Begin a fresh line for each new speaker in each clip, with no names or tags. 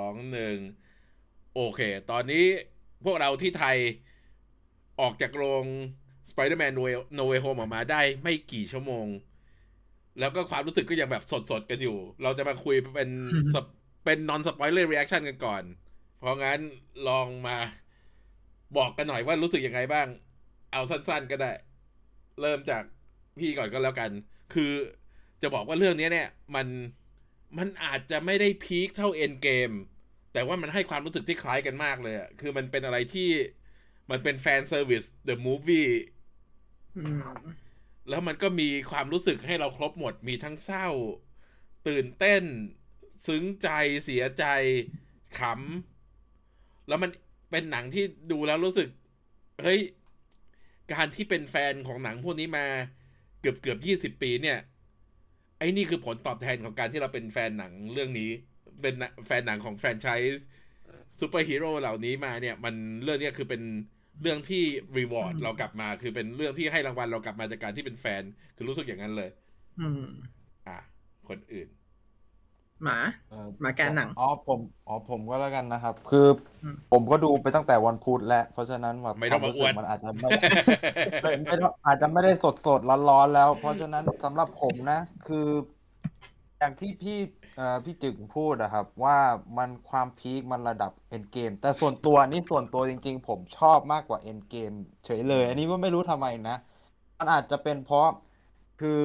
1โอเคตอนนี้พวกเราที่ไทยออกจากโรง Spider-Man No Way Home ออกมาได้ไม่กี่ชั่วโมงแล้วก็ความรู้สึกก็ยังแบบสดๆกันอยู่เราจะมาคุยเป็น non spoiler reaction กันก่อนเพราะงั้นลองมาบอกกันหน่อยว่ารู้สึกยังไงบ้างเอาสั้นๆก็ได้เริ่มจากพี่ก่อนก็แล้วกันคือจะบอกว่าเรื่องนี้เนี่ยมันอาจจะไม่ได้พีคเท่า End Game แต่ว่ามันให้ความรู้สึกที่คล้ายกันมากเลยอ่ะคือมันเป็นอะไรที่มันเป็นแฟนเซอร์วิส The Movie แล้วมันก็มีความรู้สึกให้เราครบหมดมีทั้งเศร้าตื่นเต้นซึ้งใจเสียใจขำแล้วมันเป็นหนังที่ดูแล้วรู้สึกเฮ้ยการที่เป็นแฟนของหนังพวกนี้มาเกือบ20 ปีเนี่ยไอ้นี่คือผลตอบแทนของการที่เราเป็นแฟนหนังเรื่องนี้เป็นแฟนหนังของแฟรนไชส์ซูเปอร์ฮีโร่เหล่านี้มาเนี่ยมันเรื่องนี้คือเป็นเรื่องที่รีวอร์ดเรากลับมาคือเป็นเรื่องที่ให้รางวัลเรากลับมาจากการที่เป็นแฟนคือรู้สึกอย่างนั้นเลยคนอื่น
หมาแกนหนัง
ผมก็แล้วกันนะครับคือผมก็ดูไปตั้งแต่วันพุธแล้วเพราะฉะนั้นแบบ
ไม่ต้องมาอวด
มันอาจจะไม่อาจจะไม่ได้สดร้อนๆแล้วเพราะฉะนั้นสำหรับผมนะคืออย่างที่พี่จึงพูดนะครับว่ามันความพีคมันระดับ End Game แต่ส่วนตัวจริงๆผมชอบมากกว่า End Game เฉยเลยอันนี้ว่าไม่รู้ทำไมนะมันอาจจะเป็นเพราะคือ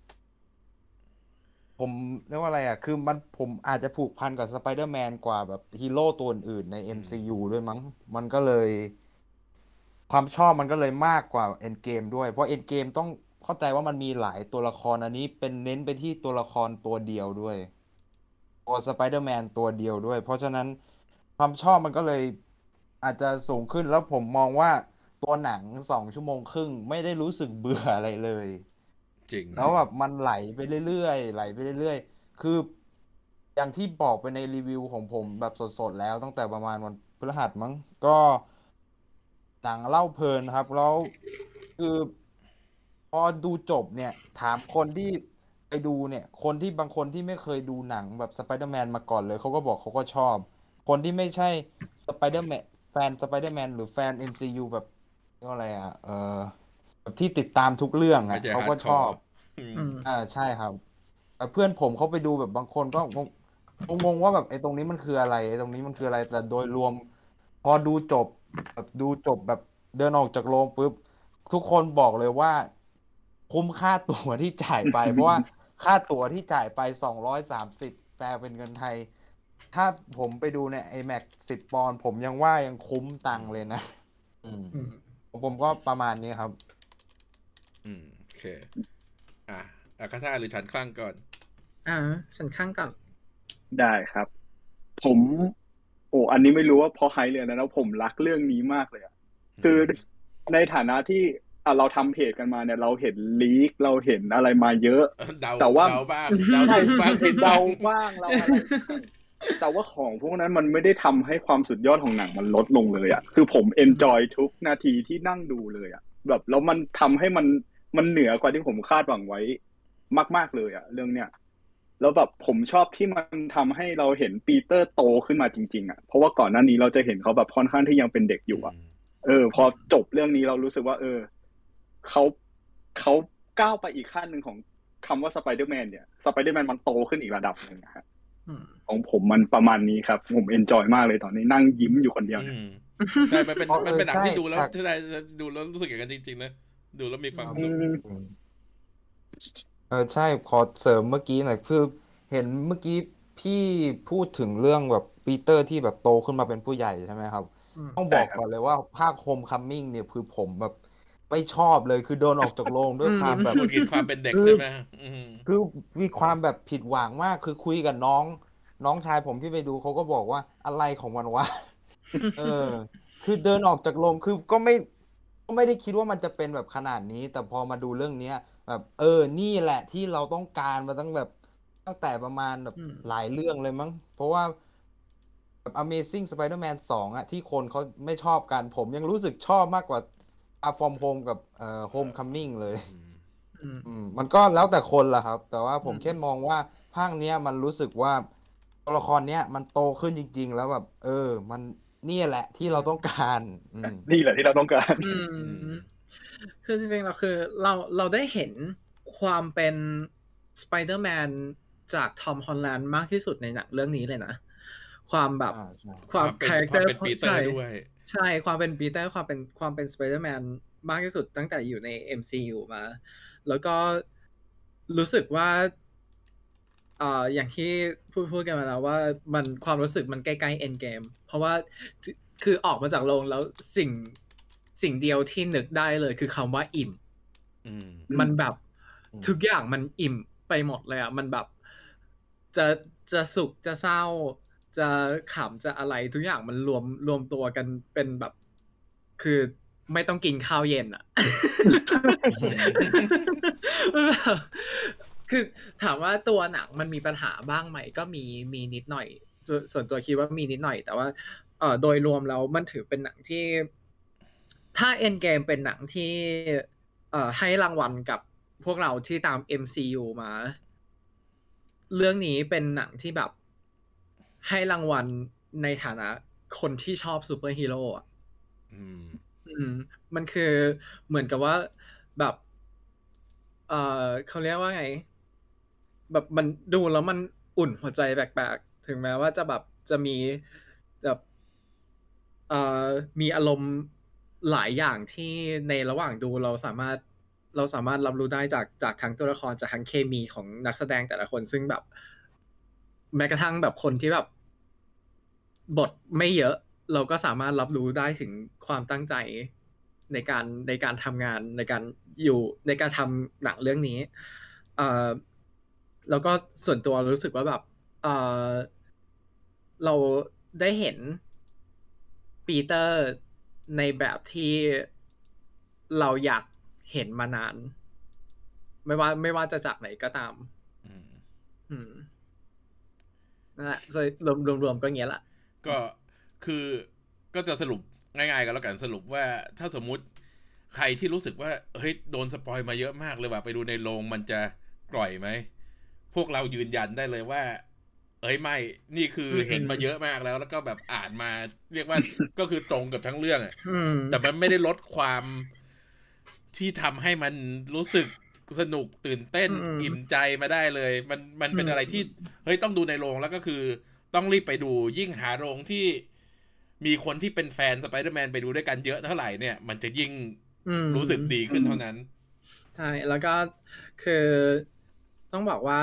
ผมเรียกว่าอะไรอ่ะคือผมอาจจะผูกพันกับสไปเดอร์แมนกว่าแบบฮีโร่ตัวอื่นใน MCU ด้วยมั้งมันก็เลยความชอบมันก็เลยมากกว่า Endgame ด้วยเพราะ Endgame ต้องเข้าใจว่ามันมีหลายตัวละครอันนี้เป็นเน้นไปที่ตัวละครตัวเดียวด้วยตัวสไปเดอร์แมนตัวเดียวด้วยเพราะฉะนั้นความชอบมันก็เลยอาจจะสูงขึ้นแล้วผมมองว่าตัวหนัง2 ชั่วโมงครึ่งไม่ได้รู้สึกเบื่ออะไรเลย
จริง
แล้วแบบมันไหลไปเรื่อยๆคืออย่างที่บอกไปในรีวิวของผมแบบสดๆแล้วตั้งแต่ประมาณวันพฤหัสมั้งก็หนังเล่าเพลินครับแล้วคือพอดูจบเนี่ยถามคนที่ไปดูเนี่ยบางคนที่ไม่เคยดูหนังแบบสไปเดอร์แมนมาก่อนเลยเขาก็บอกเขาก็ชอบคนที่ไม่ใช่สไปเดอร์แมนแฟนสไปเดอร์แมนหรือแฟน MCU แบบเรียกว่าอะไรอ่ะแบบที่ติดตามทุกเรื่องอ่ะเขาก็ชอบใช่ครับแต่เพื่อนผมเขาไปดูแบบบางคนก็งงว่าแบบไอ้ตรงนี้มันคืออะไรไอ้ตรงนี้มันคืออะไรแต่โดยรวมพอดูจบแบบเดินออกจากโรงปุ๊บทุกคนบอกเลยว่าคุ้มค่าตั๋วที่จ่ายไป เพราะว่าค่าตั๋วที่จ่ายไป230แปลเป็นเงินไทยถ้าผมไปดูใน IMAX 10 ปอนด์ผมยังว่ายังคุ้มตังค์เลยนะผมก็ประมาณนี้ครับ
โอเคอากาธาหรือฉันคลั่งก่อน
ฉันคลั่งก่อน
ได้ครับผมอันนี้ไม่รู้ว่าเพราะไฮเลยนะแล้วผมรักเรื่องนี้มากเลยอ่ะคือในฐานะที่เราทำเพจกันมาเนี่ยเราเห็นลีกเราเห็นอะไรมาเยอะแต่ว่า
เดาบ้าง
ผิดเดาบ้างเราอะไรแต่ว่าของพวกนั้นมันไม่ได้ทำให้ความสุดยอดของหนังมันลดลงเลยอ่ะคือผมเอนจอยทุกนาทีที่นั่งดูเลยอ่ะแบบแล้วมันทำให้มันเหนือกว่าที่ผมคาดหวังไว้มากๆเลยอ่ะเรื่องเนี้ยแล้วแบบผมชอบที่มันทำให้เราเห็นปีเตอร์โตขึ้นมาจริงๆอ่ะเพราะว่าก่อนหน้านี้เราจะเห็นเขาแบบค่อนข้างที่ยังเป็นเด็กอยู่อ่ะพอจบเรื่องนี้เรารู้สึกว่าเขาก้าวไปอีกขั้นหนึ่งของคำว่าสไปเดอร์แมนเนี่ยสไปเดอร์แมนมันโตขึ้นอีกระดับหนึ่งนะครับของผมมันประมาณนี้ครับผมเอนจอยมากเลยตอนนี้นั่งยิ้มอยู่คนเดียว
ใช่มันเป็นหนังที่ดูแล้วที่ได้ดูแล้วรู้สึกอย่างนั้นจริงๆนะดูแล้วมีความสุข
ใช่ขอเสริมเมื่อกี้หน่อยคือเห็นเมื่อกี้พี่พูดถึงเรื่องแบบปีเตอร์ที่แบบโตขึ้นมาเป็นผู้ใหญ่ใช่ไหมครับต้องบอกก่อนเลยว่าภาคโฮมคัมมิ่งเนี่ยคือผมแบบไม่ชอบเลยคือโดนออกจากโรงด้วยความแบบ
ความเป็นเด็กใช่ไหม
คือมีความแบบผิดหวังมากคือคุยกับน้องชายผมที่ไปดูเขาก็บอกว่าอะไรของมันวะคือเดินออกจากโรงคือก็ไม่ได้คิดว่ามันจะเป็นแบบขนาดนี้แต่พอมาดูเรื่องนี้แบบนี่แหละที่เราต้องการมาตั้งแต่ประมาณแบบหลายเรื่องเลยมั้งเพราะว่าแบบ Amazing Spider-Man 2อ่ะที่คนเขาไม่ชอบกันผมยังรู้สึกชอบมากกว่า Far From Home กับHomecoming เลยมันก็แล้วแต่คนล่ะครับแต่ว่าผมแค่มองว่าภาคเนี้ยมันรู้สึกว่าโตตัวละครเนี้ยมันโตขึ้นจริง ๆ แล้วแบบมันนี่แหละที่เราต้องการ
นี่แหละที่เราต้องการ
คือจริงๆเราคือเราได้เห็นความเป็นสไปเดอร์แมนจากทอมฮอลแลนด์มากที่สุดในหนังเรื่องนี้เลยนะความแบบความคาแรคเตอร์
ปีเตอร์ด้วย
ใช่ความเป็นปีเตอร์ความเป็นสไปเดอร์แมนมากที่สุดตั้งแต่อยู่ใน MCU มาแล้วก็รู้สึกว่าอย่างที่พูดกันมาแล้วว่ามันความรู้สึกมันใกล้ๆ End Game เพราะว่าคือออกมาจากโรงแล้วสิ่งเดียวที่นึกได้เลยคือคำว่าอิ่มมันแบบทุกอย่างมันอิ่มไปหมดเลยอ่ะมันแบบจะสุขจะเศร้าจะขำจะอะไรทุกอย่างมันรวมตัวกันเป็นแบบคือไม่ต้องกินข้าวเย็นอ่ะ คือถามว่าตัวหนังมันมีปัญหาบ้างไหมก็มีนิดหน่อยส่วนตัวคิดว่ามีนิดหน่อยแต่ว่าโดยรวมแล้วมันถือเป็นหนังที่ถ้า Endgame เป็นหนังที่ให้รางวัลกับพวกเราที่ตาม MCU มาเรื่องนี้เป็นหนังที่แบบให้รางวัลในฐานะคนที่ชอบซูเปอร์ฮีโร่อ่ะมันคือเหมือนกับว่าแบบเขาเรียกว่าไงแบบมันดูแล้วมันอุ่นหัวใจแปลกๆถึงแม้ว่าจะแบบจะมีแบบมีอารมณ์หลายอย่างที่ในระหว่างดูเราสามารถรับรู้ได้จากทั้งตัวละครจากทั้งเคมีของนักแสดงแต่ละคนซึ่งแบบแม้กระทั่งแบบคนที่แบบบทไม่เยอะเราก็สามารถรับรู้ได้ถึงความตั้งใจในการทำงานในการอยู่ในการทำหนังเรื่องนี้แล้วก็ส่วนตัวรู้สึกว่าแบบเราได้เห็นปีเตอร์ในแบบที่เราอยากเห็นมานานไม่ว่าจะจากไหนก็ตามนั่นแหละรวมก็อย่างเงี้ยแหละ
ก็คือก็จะสรุปง่ายๆกันแล้วกันสรุปว่าถ้าสมมุติใครที่รู้สึกว่าเฮ้ยโดนสปอยมาเยอะมากเลยว่ะไปดูในโรงมันจะกร่อยไหมพวกเรายืนยันได้เลยว่าไม่นี่คือเห็นมาเยอะมากแล้วก็แบบอ่านมาเรียกว่าก็คือตรงกับทั้งเรื่องอ่ะแต่มันไม่ได้ลดความที่ทำให้มันรู้สึกสนุกตื่นเต้นอิ่มใจมาได้เลยมันเป็นอะไรที่เฮ้ยต้องดูในโรงแล้วก็คือต้องรีบไปดูยิ่งหาโรงที่มีคนที่เป็นแฟนสไปเดอร์แมนไปดูด้วยกันเยอะเท่าไหร่เนี่ยมันจะยิ่งรู้สึกดีขึ้นเท่านั้น
ใช่แล้วก็คือต้องบอกว่า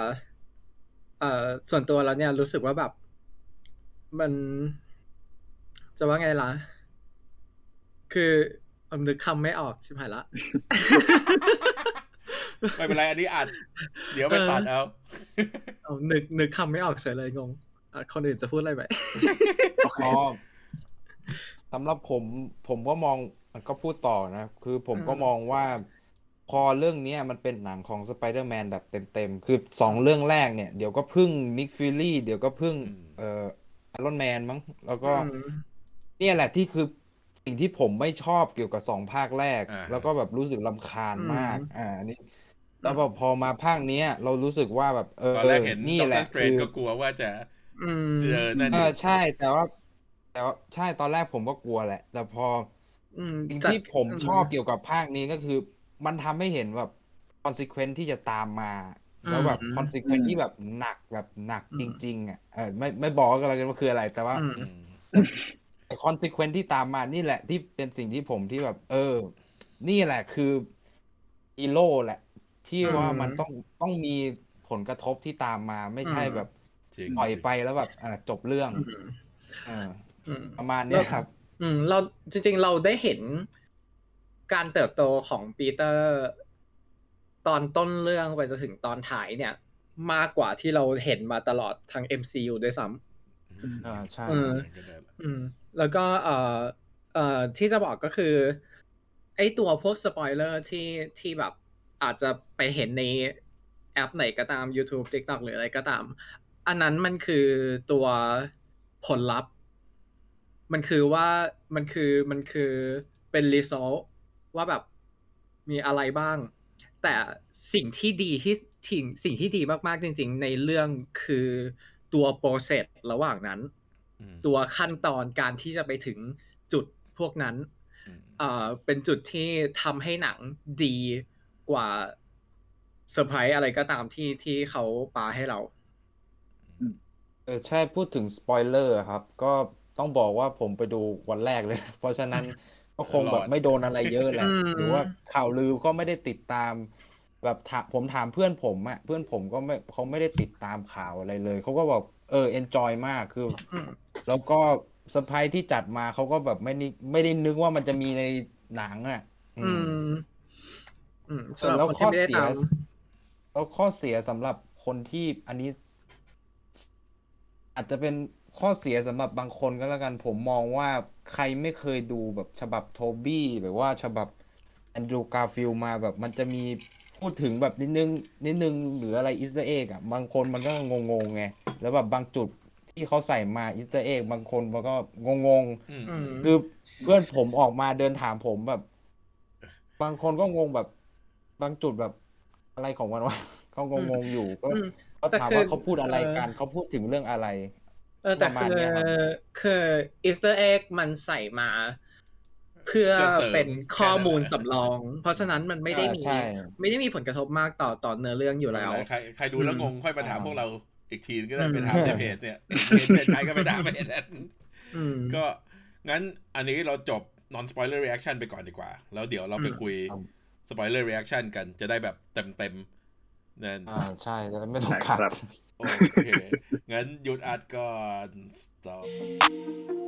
ส่วนตัวแล้วเนี่ยรู้สึกว่าแบบมันจะว่าไงล่ะคือนึกคำไม่ออกชิบหายละ
ไม่เป็นไรอันนี้อัดเดี๋ยวไปตัดเอา
นึกคำไม่ออกเฉยเลยงงคนอื่นจะพูดอะไรไหม
สำหรับผมก็มองมันก็พูดต่อนะคือผมก็มองว่าพอเรื่องนี้มันเป็นหนังของสไปเดอร์แมนแบบเต็มคือ2เรื่องแรกเนี่ยเดี๋ยวก็พึ่งนิกฟิลลี่เดี๋ยวก็พึ่งไอรอนแมนมั้งแล้วก็เนี่ยแหละที่คือสิ่งที่ผมไม่ชอบเกี่ยวกับ2ภาคแรกแล้วก็แบบรู้สึกรำคาญมากนี่แล้วพอมาภาคนี้เรารู้สึกว่าแบบ
ตอนแรกเห็นนี่แหละคือก็กลัวว่าจะเจอนั่น
ใช่แต่ว่าใช่ตอนแรกผมก็กลัวแหละแต่พอสิ่งที่ผมชอบเกี่ยวกับภาคนี้ก็คือมันทำให้เห็นแบบ consequence ที่จะตามมาแล้วแบบ consequence ที่แบบหนักจริงๆอ่ะไม่บอกกันแล้วกันว่าคืออะไรแต่ว่าแต่ consequence ที่ตามมานี่แหละที่เป็นสิ่งที่ผมที่แบบนี่แหละคือฮีโร่แหละที่ว่ามันต้องมีผลกระทบที่ตามมาไม่ใช่แบบปล่อยไปแล้วแบบจบเรื่องประมาณนี้ครับ
เราจริงๆเราได้เห็นการเติบโตของปีเตอร์ตอนต้นเรื่องไปจนถึงตอนท้ายเนี่ยมากกว่าที่เราเห็นมาตลอดทาง MCU ด้วยซ้
ำใช่
แล้วก็ที่จะบอกก็คือไอ้ตัวพวกสปอยเลอร์ที่แบบอาจจะไปเห็นในแอปไหนก็ตาม YouTube TikTok หรืออะไรก็ตามอันนั้นมันคือตัวผลลัพธ์มันคือเป็น result ว่าแบบมีอะไรบ้างแต่สิ่งที่ดีมากๆจริงๆในเรื่องคือตัวโปรเซสระหว่างนั้น
อืม
ตัวขั้นตอนการที่จะไปถึงจุดพวกนั้น
อืม
เป็นจุดที่ทำให้หนังดีกว่าเซอร์ไพรส์อะไรก็ตามที่เขาปาให้เรา
ใช่พูดถึงสปอยเลอร์ครับ ก็ต้องบอกว่าผมไปดูวันแรกเลย เพราะฉะนั้นก็คงแบบไม่โดนอะไรเยอะแหละ
อืม
หรือว่าข่าวลือก็ไม่ได้ติดตาม แบบผมถามเพื่อนผมอะเพื่อนผมก็เขาไม่ได้ติดตามข่าวอะไรเลยเขาก็บอกเอนจอยมากคือ แล้วก็เซอร์ไพรส์ที่จัดมาเขาก็แบบไม่ได้นึกว่ามันจะมีในหนังอ่ะ
อืมสำหรับ
แล้ว
คน
ข้
ที่
อ
ไม่ได้
เสีย
ตาม
แล้วข้อเสียสำหรับคนที่อันนี้ อาจจะเป็นข้อเสียสำหรับบางคนก็แล้วกันผมมองว่าใครไม่เคยดูแบบฉบับโทบี้หรือว่าฉบับแอนดรูว์การ์ฟิลด์มาแบบมันจะมีพูดถึงแบบนิดนึงหรืออะไรอีสเตอร์เอ็กอ่ะบางคนมันก็งงไงแล้วแบบบางจุดที่เขาใส่มาอีสเตอร์เอ็กบางคนมันก็งง
อืม
อืม
คือเพื่อนผมออกมาเดินถามผมแบบ บางคนก็งงแบบบางจุดแบบอะไรของมันวะเขางงอยู่ก็
อืม
เขา
แต่
ถาม
คือ
ว่าเขาพูดอะไรกันเขาพูดถึงเรื่องอะไร
แต่
ประมาณ
คือ
เนี้ยครับ
คืออีสเตอร์เอ็กมันใส่มา เพื่อ
เพื่อเสริม
เป็นข้อมูล
แค่นั้นแหละ
สำรอง เพราะฉะนั้นมันไม่ได้มี
ใช่
ไม่ได้มีผลกระทบมากต่อเนื้อเรื่องอยู่แล้ว
ใครดูแล้ว
อืม
งงค่อยมาถามพวกเราอีกทีก็ได้
อืม
ไปถามในเพจเนี่ยเพจใครก็ไปถามเพจนั้น
อืม
ก็งั้นอันนี้เราจบ non spoiler reaction ไปก่อนดีกว่า แล้วเดี๋ยวเราไปคุย
ครับ
spoiler reaction กันจะได้แบบเต็มนั่น
ใช่จะได้ไม่ต้อง
ใช่
ขัด
ครับ
โอเค งั้นหยุดอัดก่อน stop